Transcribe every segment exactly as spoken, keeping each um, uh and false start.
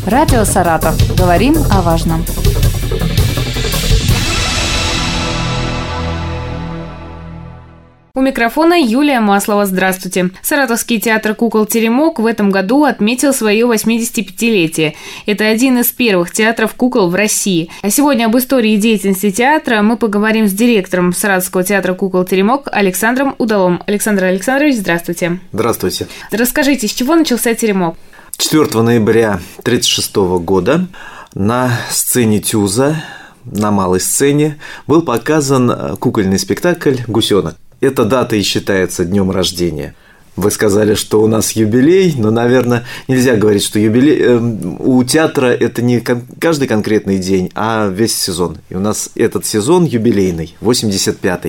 Радио Саратов. Говорим о важном. У микрофона Юлия Маслова. Здравствуйте. Саратовский театр кукол «Теремок» в этом году отметил свое восьмидесятипятилетие. Это один из первых театров кукол в России. А сегодня об истории и деятельности театра мы поговорим с директором Саратовского театра кукол «Теремок» Александром Удалом. Александр Александрович, здравствуйте. Здравствуйте. Расскажите, с чего начался «Теремок»? четвёртого ноября тысяча девятьсот тридцать шестого года на сцене ТЮЗа, на малой сцене, был показан кукольный спектакль «Гусенок». Эта дата и считается днем рождения. Вы сказали, что у нас юбилей, но, наверное, нельзя говорить, что юбилей. У театра это не каждый конкретный день, а весь сезон. И у нас этот сезон юбилейный, восемьдесят пятый.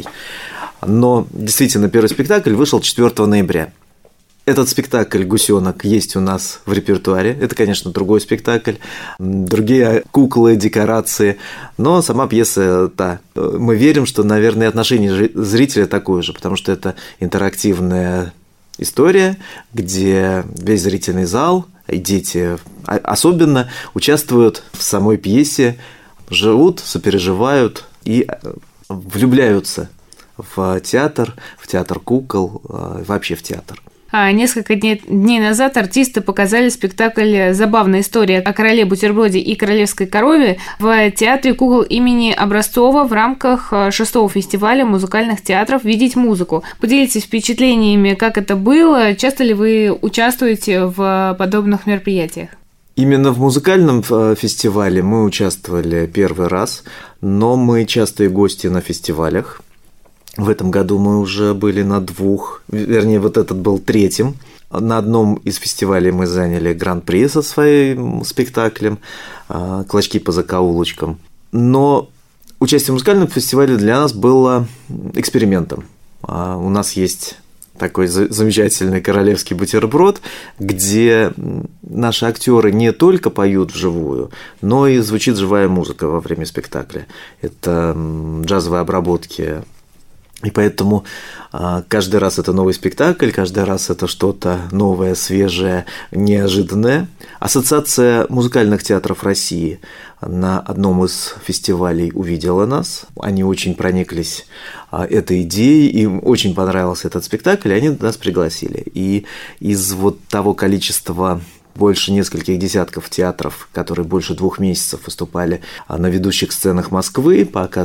Но действительно, первый спектакль вышел четвёртого ноября. Этот спектакль «Гусенок» есть у нас в репертуаре. Это, конечно, другой спектакль, другие куклы, декорации, но сама пьеса та. Мы верим, что, наверное, отношение зрителя такое же, потому что это интерактивная история, где весь зрительный зал и дети особенно участвуют в самой пьесе, живут, сопереживают и влюбляются в театр, в театр кукол, вообще в театр. А несколько дней, дней назад артисты показали спектакль «Забавная история о короле бутерброде и королевской корове» в театре кукол имени Образцова в рамках шестого фестиваля музыкальных театров «Видеть музыку». Поделитесь впечатлениями, как это было, часто ли вы участвуете в подобных мероприятиях? Именно в музыкальном фестивале мы участвовали первый раз, но мы частые гости на фестивалях. В этом году мы уже были на двух, вернее, вот этот был третьим. На одном из фестивалей мы заняли гран-при со своим спектаклем «Клочки по закоулочкам». Но участие в музыкальном фестивале для нас было экспериментом. У нас есть такой замечательный королевский бутерброд, где наши актеры не только поют вживую, но и звучит живая музыка во время спектакля. Это джазовые обработки. И поэтому каждый раз это новый спектакль, каждый раз это что-то новое, свежее, неожиданное. Ассоциация музыкальных театров России на одном из фестивалей увидела нас. Они очень прониклись этой идеей, им очень понравился этот спектакль, и они нас пригласили. И из вот того количества больше нескольких десятков театров, которые больше двух месяцев выступали на ведущих сценах Москвы.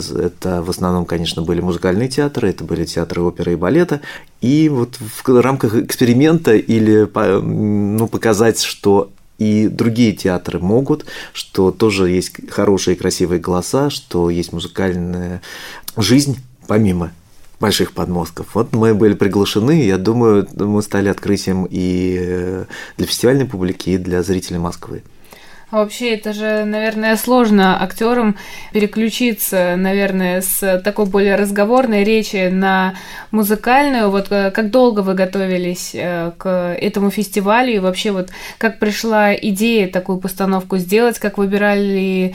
Это в основном, конечно, были музыкальные театры, это были театры оперы и балета. И вот в рамках эксперимента или ну, показать, что и другие театры могут, что тоже есть хорошие и красивые голоса, что есть музыкальная жизнь помимо больших подмостков. Вот мы были приглашены, и я думаю, мы стали открытием и для фестивальной публики, и для зрителей Москвы. А вообще, это же, наверное, сложно актерам переключиться, наверное, с такой более разговорной речи на музыкальную. Вот как долго вы готовились к этому фестивалю, и вообще вот как пришла идея такую постановку сделать, как выбирали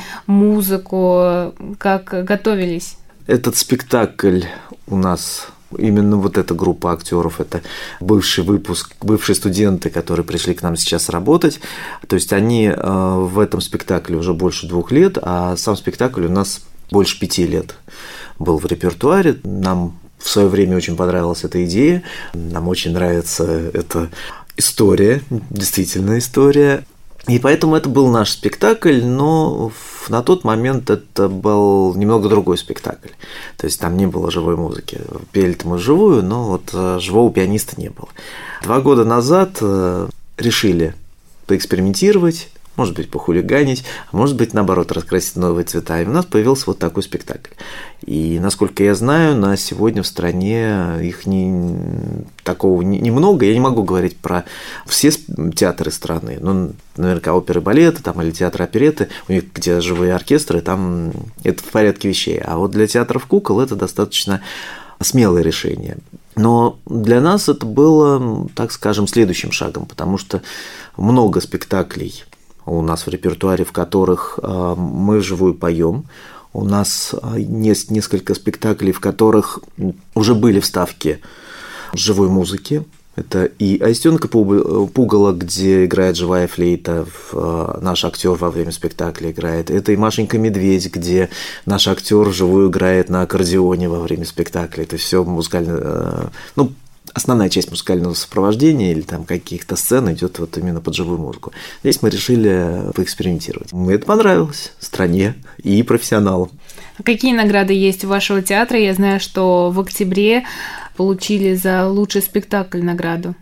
музыку, как готовились? Этот спектакль у нас, именно вот эта группа актеров, это бывший выпуск, бывшие студенты, которые пришли к нам сейчас работать. То есть они в этом спектакле уже больше двух лет, а сам спектакль у нас больше пяти лет был в репертуаре. Нам в свое время очень понравилась эта идея, нам очень нравится эта история, действительно история. И поэтому это был наш спектакль, но на тот момент это был немного другой спектакль. То есть там не было живой музыки. Пели-то мы живую, но вот живого пианиста не было. Два года назад решили поэкспериментировать, может быть, похулиганить, а может быть, наоборот, раскрасить новые цвета. И у нас появился вот такой спектакль. И, насколько я знаю, на сегодня в стране их не, такого немного. Я не могу говорить про все театры страны. Ну, наверняка оперы и балеты там, или театры опереты, у них где живые оркестры, там это в порядке вещей. А вот для театров кукол это достаточно смелое решение. Но для нас это было, так скажем, следующим шагом, потому что много спектаклей у нас в репертуаре, в которых мы вживую поем. У нас есть несколько спектаклей, в которых уже были вставки живой музыки. Это и «Аистенок и пугало», где играет живая флейта, наш актер во время спектакля играет. Это и «Машенька Медведь», где наш актер вживую играет на аккордеоне во время спектакля. Это все музыкально, ну, основная часть музыкального сопровождения или там каких-то сцен идет вот именно под живую музыку. Здесь мы решили поэкспериментировать. Мне это понравилось стране и профессионалам. А какие награды есть у вашего театра? Я знаю, что в октябре получили за лучший спектакль награду.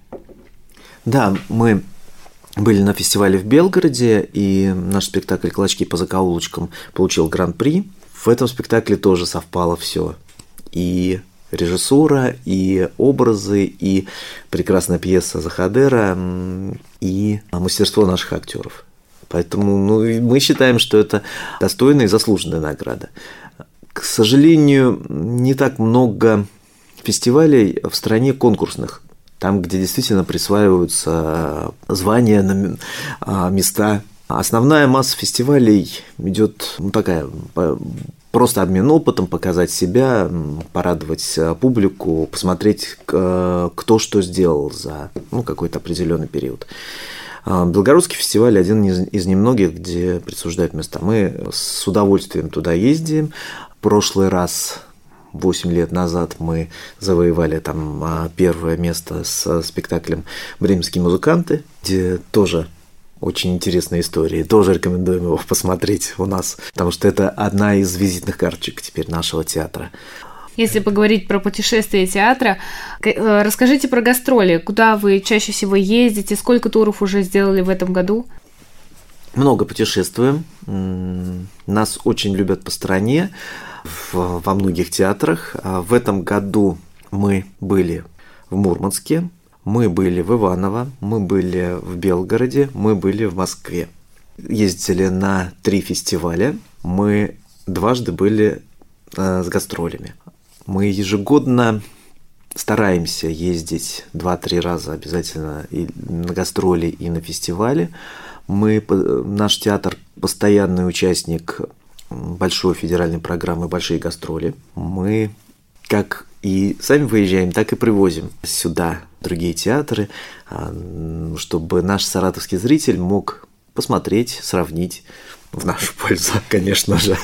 Да, мы были на фестивале в Белгороде, и наш спектакль «Клочки по закоулочкам» получил гран-при. В этом спектакле тоже совпало все. И режиссура, и образы, и прекрасная пьеса Захадера, и мастерство наших актеров. Поэтому ну, мы считаем, что это достойная и заслуженная награда. К сожалению, не так много фестивалей в стране конкурсных, там, где действительно присваиваются звания, места. Основная масса фестивалей идет ну, такая, просто обмен опытом, показать себя, порадовать публику, посмотреть, кто что сделал за ну, какой-то определенный период. Белгородский фестиваль один из, из немногих, где присуждают места. Мы с удовольствием туда ездим. В прошлый раз, восемь лет назад, мы завоевали там первое место с спектаклем «Бременские музыканты», где тоже очень интересная история. Тоже рекомендуем его посмотреть у нас, потому что это одна из визитных карточек теперь нашего театра. Если поговорить про путешествия театра, расскажите про гастроли. Куда вы чаще всего ездите? Сколько туров уже сделали в этом году? Много путешествуем. Нас очень любят по стране, во многих театрах. В этом году мы были в Мурманске, мы были в Иваново, мы были в Белгороде, мы были в Москве. Ездили на три фестиваля. Мы дважды были с гастролями. Мы ежегодно стараемся ездить два-три раза обязательно и на гастроли, и на фестивали. Мы, наш театр постоянный участник большой федеральной программы «Большие гастроли». Мы как и сами выезжаем, так и привозим сюда другие театры, чтобы наш саратовский зритель мог посмотреть, сравнить в нашу пользу, конечно же,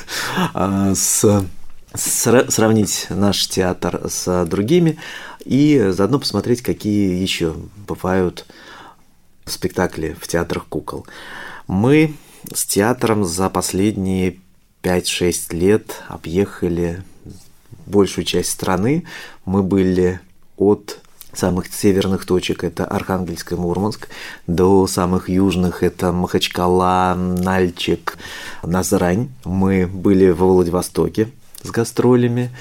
с... сравнить наш театр с другими и заодно посмотреть, какие еще бывают спектакли в театрах кукол. Мы с театром за последние пять-шесть лет объехали большую часть страны. Мы были от самых северных точек, это Архангельск и Мурманск, до самых южных, это Махачкала, Нальчик, Назрань. Мы были во Владивостоке с гастролями.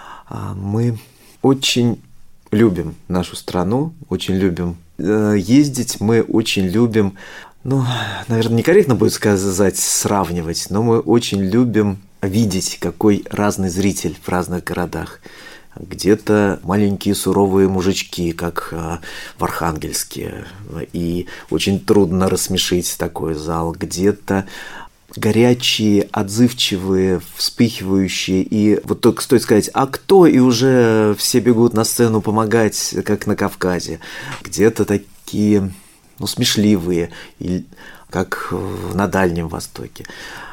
Мы очень любим нашу страну, очень любим ездить, мы очень любим, ну, наверное, некорректно будет сказать сравнивать, но мы очень любим видеть, какой разный зритель в разных городах. Где-то маленькие суровые мужички, как в Архангельске, и очень трудно рассмешить такой зал. Где-то горячие, отзывчивые, вспыхивающие, и вот только стоит сказать «а кто?» и уже все бегут на сцену помогать, как на Кавказе. Где-то такие, ну, смешливые, как на Дальнем Востоке.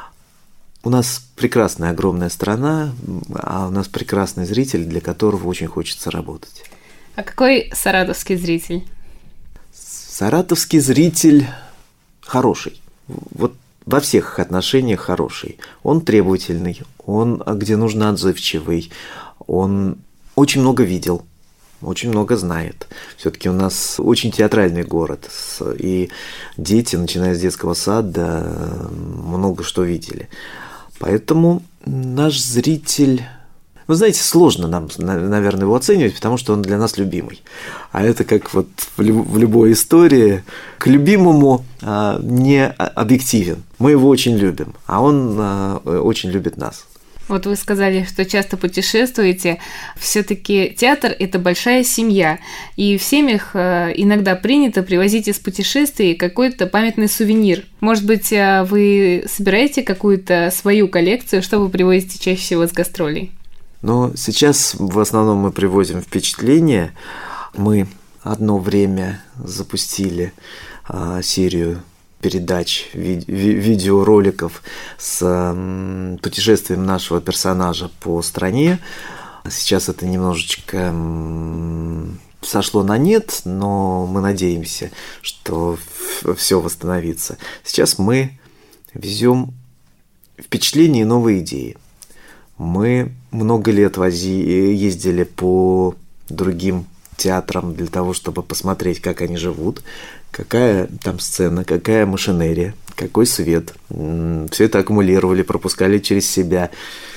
У нас прекрасная, огромная страна, а у нас прекрасный зритель, для которого очень хочется работать. А какой саратовский зритель? Саратовский зритель хороший. Вот во всех отношениях хороший. Он требовательный, он где нужно отзывчивый, он очень много видел, очень много знает. Все-таки у нас очень театральный город, и дети, начиная с детского сада, много что видели. Поэтому наш зритель... Вы знаете, сложно нам, наверное, его оценивать, потому что он для нас любимый. А это как вот в любой истории, к любимому а, не объективен. Мы его очень любим, а он а, очень любит нас. Вот вы сказали, что часто путешествуете. Все-таки театр – это большая семья, и в семьях иногда принято привозить из путешествий какой-то памятный сувенир. Может быть, вы собираете какую-то свою коллекцию, что вы привозите чаще всего с гастролей? Но сейчас в основном мы привозим впечатления. Мы одно время запустили а, серию передач, ви- ви- видеороликов с м, путешествием нашего персонажа по стране. Сейчас это немножечко м, сошло на нет, но мы надеемся, что все восстановится. Сейчас мы везем впечатления и новые идеи. Мы много лет вози, ездили по другим театрам для того, чтобы посмотреть, как они живут, какая там сцена, какая машинерия, какой свет. Все это аккумулировали, пропускали через себя,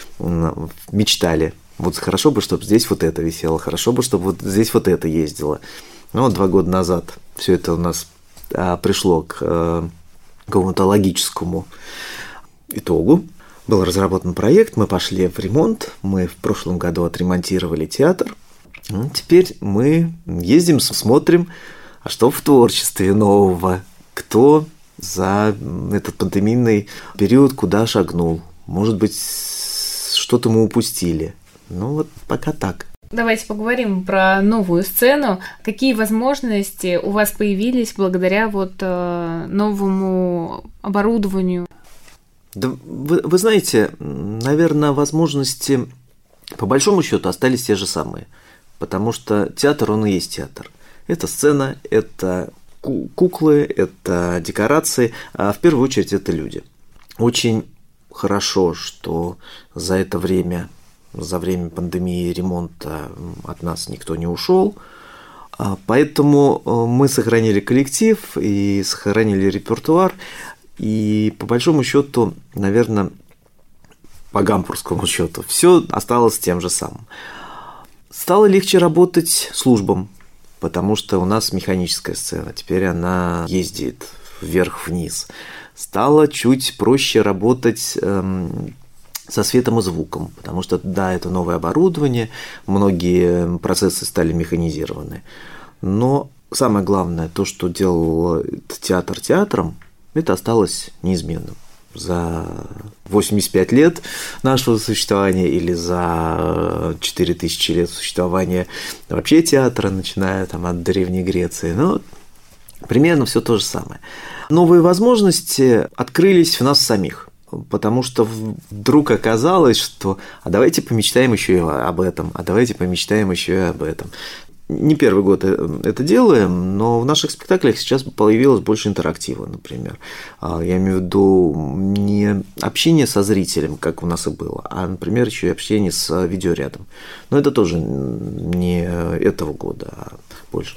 мечтали. Вот хорошо бы, чтобы здесь вот это висело, хорошо бы, чтобы вот здесь вот это ездило. Ну, вот два года назад все это у нас а, пришло к а, какому-то логическому итогу. Был разработан проект, мы пошли в ремонт, мы в прошлом году отремонтировали театр. Ну, теперь мы ездим, смотрим, а что в творчестве нового, кто за этот пандемийный период куда шагнул. Может быть, что-то мы упустили. Ну вот пока так. Давайте поговорим про новую сцену. Какие возможности у вас появились благодаря вот э, новому оборудованию? Да, вы, вы знаете, наверное, возможности по большому счету остались те же самые, потому что театр, он и есть театр. Это сцена, это куклы, это декорации, а в первую очередь это люди. Очень хорошо, что за это время, за время пандемии и ремонта от нас никто не ушел, поэтому мы сохранили коллектив и сохранили репертуар. И по большому счету, наверное, по гамбургскому счету, все осталось тем же самым. Стало легче работать службам, потому что у нас механическая сцена, теперь она ездит вверх-вниз. Стало чуть проще работать эм, со светом и звуком, потому что, да, это новое оборудование, многие процессы стали механизированы. Но самое главное, то, что делал театр театром, это осталось неизменным. За восемьдесят пять лет нашего существования или за четыре тысячи лет существования вообще театра, начиная там, от Древней Греции, ну, примерно все то же самое. Новые возможности открылись в нас самих, потому что вдруг оказалось, что а давайте помечтаем еще и об этом, а давайте помечтаем еще и об этом. Не первый год это делаем, но в наших спектаклях сейчас появилось больше интерактива, например. Я имею в виду не общение со зрителем, как у нас и было, а, например, еще и общение с видеорядом. Но это тоже не этого года, а больше.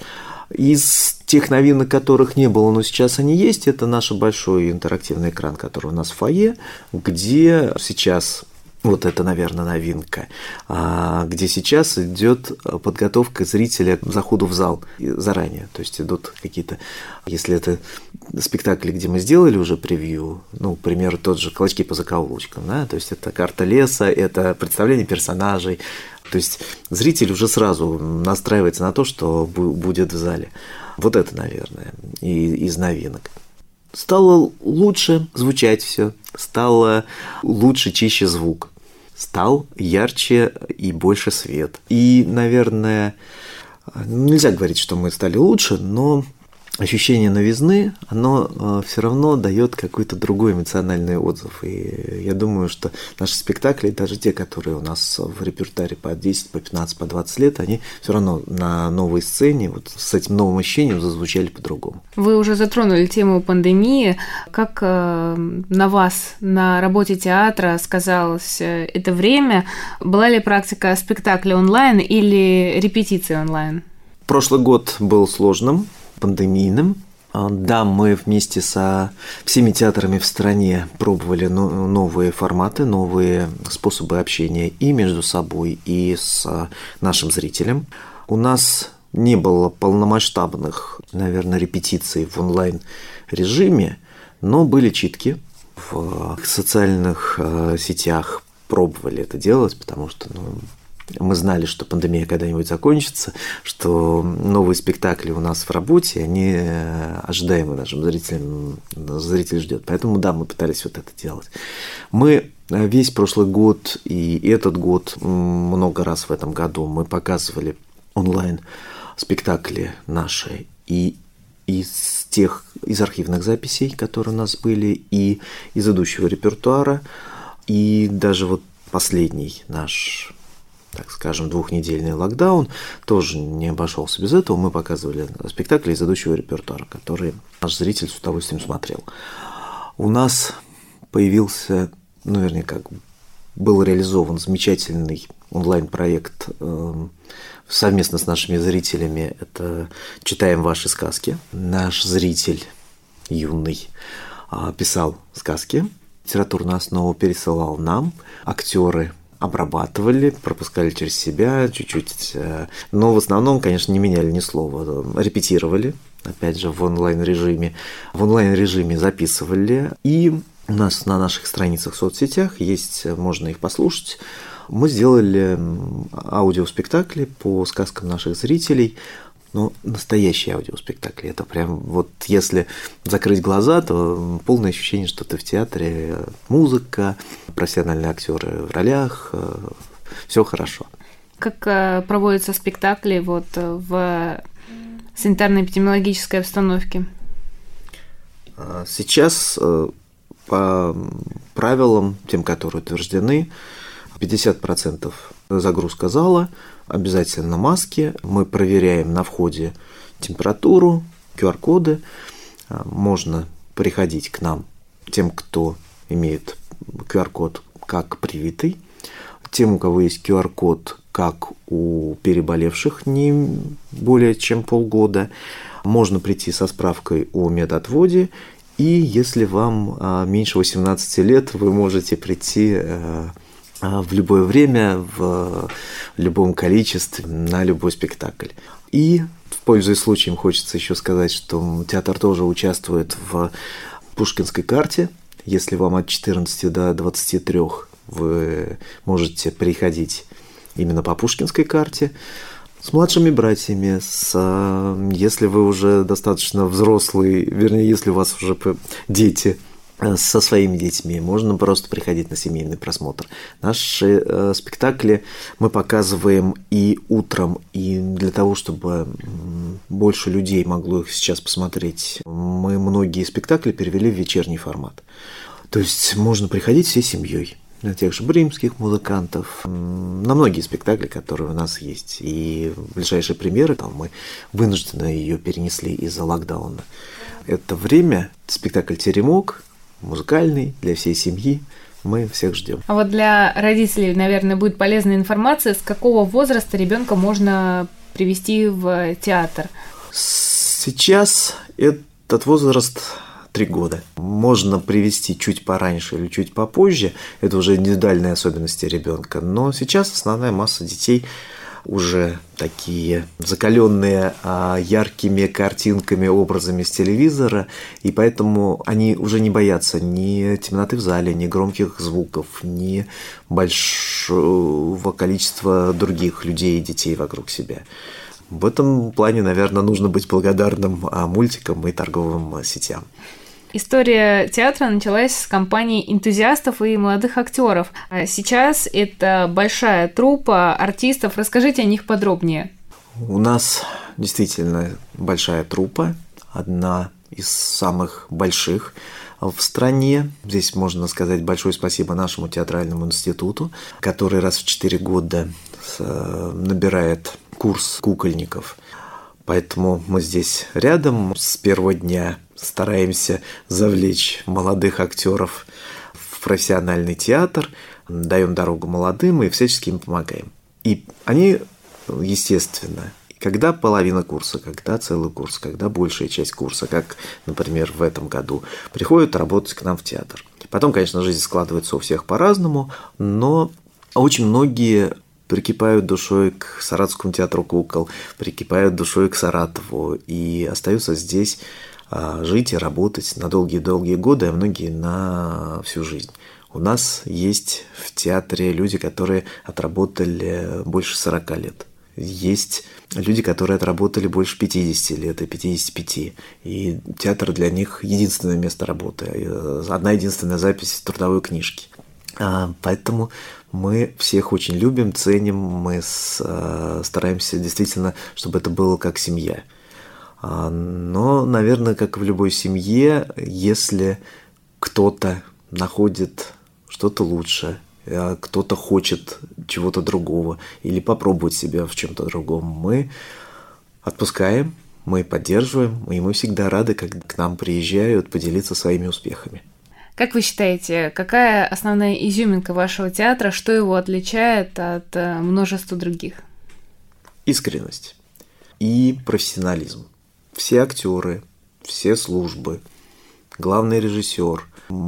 Из тех новинок, которых не было, но сейчас они есть, это наш большой интерактивный экран, который у нас в фойе, где сейчас... Вот это, наверное, новинка, где сейчас идет подготовка зрителя к заходу в зал заранее. То есть идут какие-то, если это спектакли, где мы сделали уже превью, ну, к примеру, тот же «Клочки по закоулочкам», да? То есть это карта леса, это представление персонажей. То есть зритель уже сразу настраивается на то, что будет в зале. Вот это, наверное, из новинок. Стало лучше звучать все, стало лучше, чище звук. Стал ярче и больше свет. И, наверное, нельзя говорить, что мы стали лучше, но ощущение новизны, оно все равно дает какой-то другой эмоциональный отзыв. И я думаю, что наши спектакли, даже те, которые у нас в репертуаре по десять, по пятнадцать, по двадцать лет, они все равно на новой сцене вот с этим новым ощущением зазвучали по-другому. Вы уже затронули тему пандемии. Как на вас, на работе театра сказалось это время? Была ли практика спектакля онлайн или репетиции онлайн? Прошлый год был сложным, пандемийным. Да, мы вместе со всеми театрами в стране пробовали новые форматы, новые способы общения и между собой, и с нашим зрителем. У нас не было полномасштабных, наверное, репетиций в онлайн-режиме, но были читки. В социальных сетях пробовали это делать, потому что, ну, мы знали, что пандемия когда-нибудь закончится, что новые спектакли у нас в работе, они ожидаемы нашим зрителям, зритель ждет. Поэтому, да, мы пытались вот это делать. Мы весь прошлый год и этот год, много раз в этом году мы показывали онлайн спектакли наши и из тех, из архивных записей, которые у нас были, и из идущего репертуара, и даже вот последний наш, так скажем, двухнедельный локдаун тоже не обошелся без этого. Мы показывали спектакли из идущего репертуара, которые наш зритель с удовольствием смотрел. У нас появился, ну, вернее, как был реализован замечательный онлайн-проект э, совместно с нашими зрителями. Это «Читаем ваши сказки». Наш зритель юный э, писал сказки, литературную основу пересылал нам, актеры обрабатывали, пропускали через себя чуть-чуть, э, но в основном, конечно, не меняли ни слова, репетировали, опять же, в онлайн-режиме, в онлайн-режиме записывали, и у нас на наших страницах в соцсетях есть, можно их послушать. Мы сделали аудиоспектакли по сказкам наших зрителей, но настоящие аудиоспектакли. Это прям вот если закрыть глаза, то полное ощущение, что ты в театре, музыка, профессиональные актеры в ролях, все хорошо. Как проводятся спектакли вот в санитарно-эпидемиологической обстановке? Сейчас по правилам, тем, которые утверждены, пятьдесят процентов загрузка зала, обязательно маски. Мы проверяем на входе температуру, ку ар коды. Можно приходить к нам тем, кто имеет ку ар код как привитый, тем, у кого есть ку ар код как у переболевших не более чем полгода. Можно прийти со справкой о медотводе. И если вам меньше восемнадцати лет, вы можете прийти в любое время, в любом количестве, на любой спектакль. И, пользуясь случаем, хочется еще сказать, что театр тоже участвует в Пушкинской карте. Если вам от четырнадцати до двадцати трёх, вы можете приходить именно по Пушкинской карте. С младшими братьями, с, если вы уже достаточно взрослый, вернее, если у вас уже дети, со своими детьми, можно просто приходить на семейный просмотр. Наши э, спектакли мы показываем и утром, и для того, чтобы больше людей могло их сейчас посмотреть, мы многие спектакли перевели в вечерний формат. То есть можно приходить всей семьей. На тех же бремских музыкантов, на многие спектакли, которые у нас есть. И ближайшие премьеры, там мы вынужденно ее перенесли из-за локдауна. Это время, спектакль «Теремок», музыкальный, для всей семьи. Мы всех ждем. А вот для родителей, наверное, будет полезная информация, с какого возраста ребенка можно привести в театр? Сейчас этот возраст три года. Можно привести чуть пораньше или чуть попозже, это уже индивидуальные особенности ребенка, но сейчас основная масса детей уже такие закаленные яркими картинками, образами с телевизора, и поэтому они уже не боятся ни темноты в зале, ни громких звуков, ни большого количества других людей и детей вокруг себя. В этом плане, наверное, нужно быть благодарным мультикам и торговым сетям. История театра началась с компании энтузиастов и молодых актеров. Сейчас это большая труппа артистов. Расскажите о них подробнее. У нас действительно большая труппа, одна из самых больших в стране. Здесь можно сказать большое спасибо нашему театральному институту, который раз в четыре года набирает курс кукольников. Поэтому мы здесь рядом с первого дня стараемся завлечь молодых актеров в профессиональный театр, даем дорогу молодым и всячески им помогаем. И они, естественно, когда половина курса, когда целый курс, когда большая часть курса, как, например, в этом году, приходят работать к нам в театр. Потом, конечно, жизнь складывается у всех по-разному, но очень многие прикипают душой к Саратовскому театру кукол, прикипают душой к Саратову и остаются здесь жить и работать на долгие-долгие годы, а многие на всю жизнь. У нас есть в театре люди, которые отработали больше сорока лет. Есть люди, которые отработали больше пятидесяти лет и пятидесяти пяти. И театр для них единственное место работы, одна единственная запись в трудовой книжке. Поэтому мы всех очень любим, ценим, мы стараемся действительно, чтобы это было как семья. Но, наверное, как в любой семье, если кто-то находит что-то лучше, кто-то хочет чего-то другого или попробовать себя в чем-то другом, мы отпускаем, мы поддерживаем, и мы всегда рады, когда к нам приезжают поделиться своими успехами. Как вы считаете, какая основная изюминка вашего театра, что его отличает от множества других? Искренность и профессионализм. Все актеры, все службы, главный режиссер,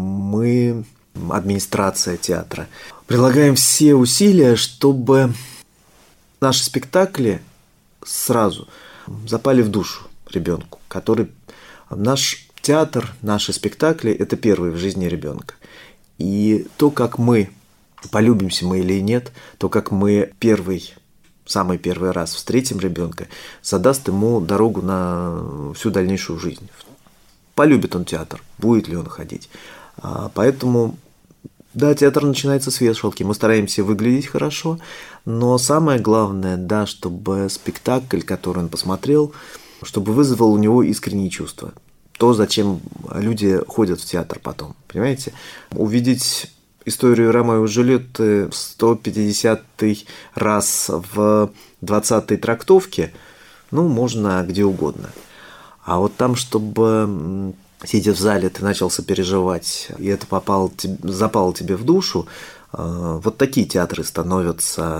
мы, администрация театра, прилагаем все усилия, чтобы наши спектакли сразу запали в душу ребенку, который наш театр, наши спектакли – это первые в жизни ребенка. И то, как мы, полюбимся мы или нет, то, как мы первый, самый первый раз встретим ребенка, задаст ему дорогу на всю дальнейшую жизнь. Полюбит он театр, будет ли он ходить. Поэтому, да, театр начинается с вешалки, мы стараемся выглядеть хорошо, но самое главное, да, чтобы спектакль, который он посмотрел, чтобы вызвал у него искренние чувства. То, зачем люди ходят в театр потом, понимаете? Увидеть историю Ромео и Джульетты в сто пятидесятый раз в двадцатой трактовке, ну, можно где угодно. А вот там, чтобы, сидя в зале, ты начал сопереживать, и это попало, запало тебе в душу, вот такие театры становятся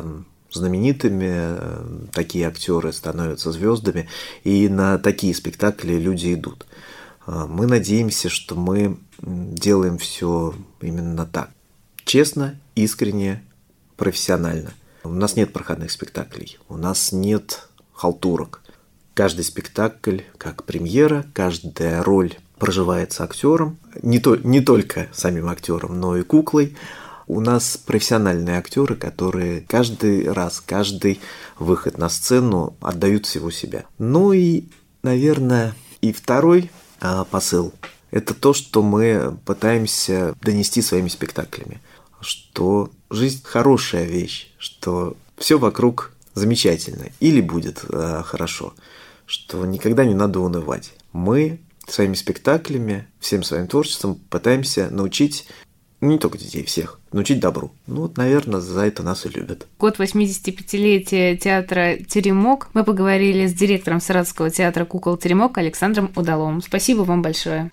знаменитыми, такие актеры становятся звездами, и на такие спектакли люди идут. Мы надеемся, что мы делаем все именно так. Честно, искренне, профессионально. У нас нет проходных спектаклей, у нас нет халтурок. Каждый спектакль как премьера, каждая роль проживается актером, не, то, не только самим актером, но и куклой. У нас профессиональные актеры, которые каждый раз, каждый выход на сцену отдают всего себя. Ну и, наверное, и второй посыл – это то, что мы пытаемся донести своими спектаклями, что жизнь – хорошая вещь, что все вокруг замечательно или будет э, хорошо, что никогда не надо унывать. Мы своими спектаклями, всем своим творчеством пытаемся научить не только детей, всех, научить добру. Ну вот, наверное, за это нас и любят. Год восьмидесятипятилетия театра «Теремок». Мы поговорили с директором Саратовского театра кукол «Теремок» Александром Удаловым. Спасибо вам большое.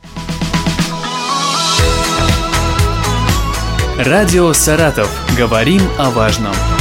Радио «Саратов». Говорим о важном.